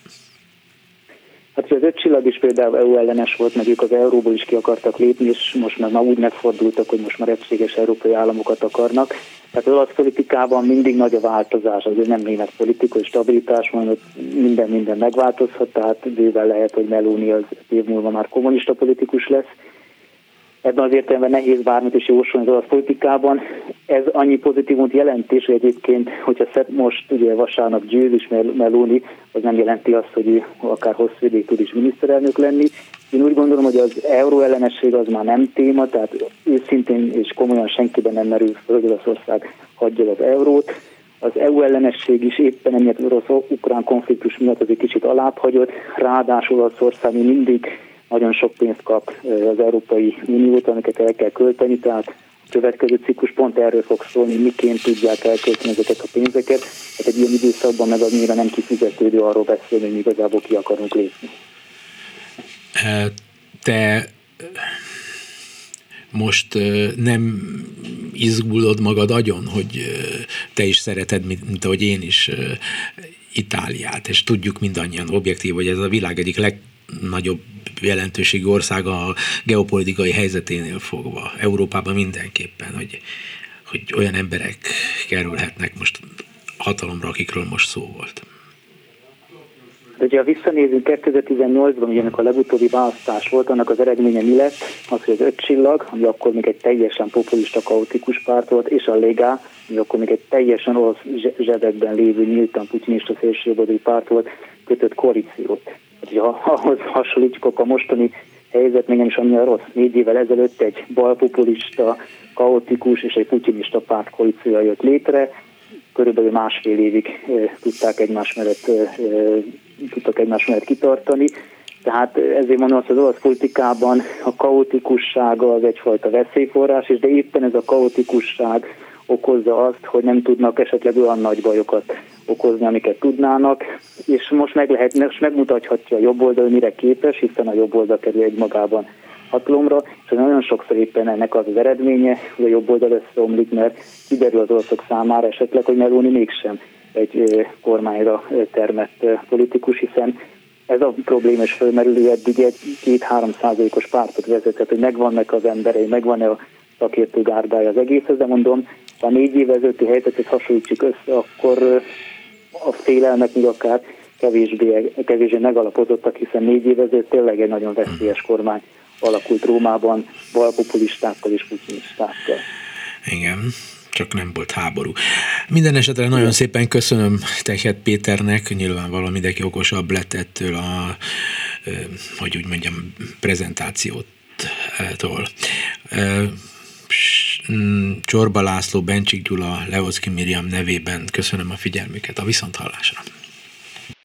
Hát az 5 csillag is például EU ellenes volt, meg ők az euróból is ki akartak lépni, és most már úgy megfordultak, hogy most már egységes európai államokat akarnak. Tehát az olasz politikában mindig nagy a változás, azért nem német politikai stabilitás, mondjuk minden megváltozhat, tehát bőven lehet, hogy Meloni az 5 év múlva már kommunista politikus lesz. Ebben az értelemben nehéz bármit is jósolni az olasz politikában. Ez annyi pozitívumot jelentés, hogy egyébként, hogyha most ugye vasárnap győz is Meloni, az nem jelenti azt, hogy ő akár hosszú ideig tud is miniszterelnök lenni. Én úgy gondolom, hogy az euró ellenesség az már nem téma, tehát őszintén és komolyan senkiben nem merül fel, hogy Olaszország hagyja az eurót. Az EU ellenesség is éppen emiatt az orosz-ukrán konfliktus miatt az egy kicsit alább hagyott, ráadásul Olaszország mindig nagyon sok pénzt kap az Európai Uniót, amiket el kell költeni, tehát a következő ciklus pont erről fog szólni, miként tudják elkölteni ezeket a pénzeket. Hát egy ilyen időszakban meg az nyilván nem kifizetődő arról beszélni, hogy igazából ki akarunk lépni. Te most nem izgulod magad agyon, hogy te is szereted, mint ahogy én is, Itáliát, és tudjuk mindannyian objektív, hogy ez a világ egyik legnagyobb jelentőségű ország a geopolitikai helyzeténél fogva. Európában mindenképpen, hogy olyan emberek kerülhetnek most hatalomra, akikről most szó volt. De ha visszanézünk 2018-ban, ugyanak a legutóbbi választás volt, annak az eredménye mi lett? Az, hogy az 5 csillag, ami akkor még egy teljesen populista, kaotikus párt volt, és a Lega, ami akkor még egy teljesen olasz zsebekben lévő, nyíltan putinista szélsőjobboldali párt volt, kötött koalíciót. Ha ahhoz hasonlítjuk, akkor a mostani helyzet még nem is annyira rossz. 4 évvel ezelőtt egy balpopulista, kaotikus és egy putinista párt koalíciója jött létre, körülbelül 1,5 évig tudtak egymás mellett kitartani. Tehát ezért mondom, hogy az olasz politikában a kaotikussága az egyfajta veszélyforrás, és de éppen ez a kaotikusság okozza azt, hogy nem tudnak esetleg olyan nagy bajokat okozni, amiket tudnának, és most megmutathatja a jobb oldal, mire képes, hiszen a jobb oldal kerül egymagában hatalomra, és nagyon sokszor éppen ennek az eredménye, hogy a jobb oldal összeomlik, mert kiderül az olaszok számára esetleg, hogy Meloni mégsem egy kormányra termett politikus, hiszen ez a probléma is fölmerülő, eddig egy 2-3%-os pártot vezetett, hogy megvannak az emberei, megvan-e a szakértő gárdája az egészhez, de mondom, ha 4 évvel ezelőtti helyzetet hasonlítsuk össze, akkor a félelmek még akár kevésbé megalapozottak, hiszen 4 évvel ezelőtt tényleg egy nagyon veszélyes kormány alakult Rómában, balpopulistákkal és putinistákkal. Igen. csak nem volt háború. Minden esetre nagyon szépen köszönöm Tehet Péternek, nyilvánvalóan mindenki okosabb lett ettől a, hogy úgy mondjam, prezentációtól. Csorba László, Bencsik Gyula, Leoczky Miriam nevében köszönöm a figyelmüket, a viszonthallásra.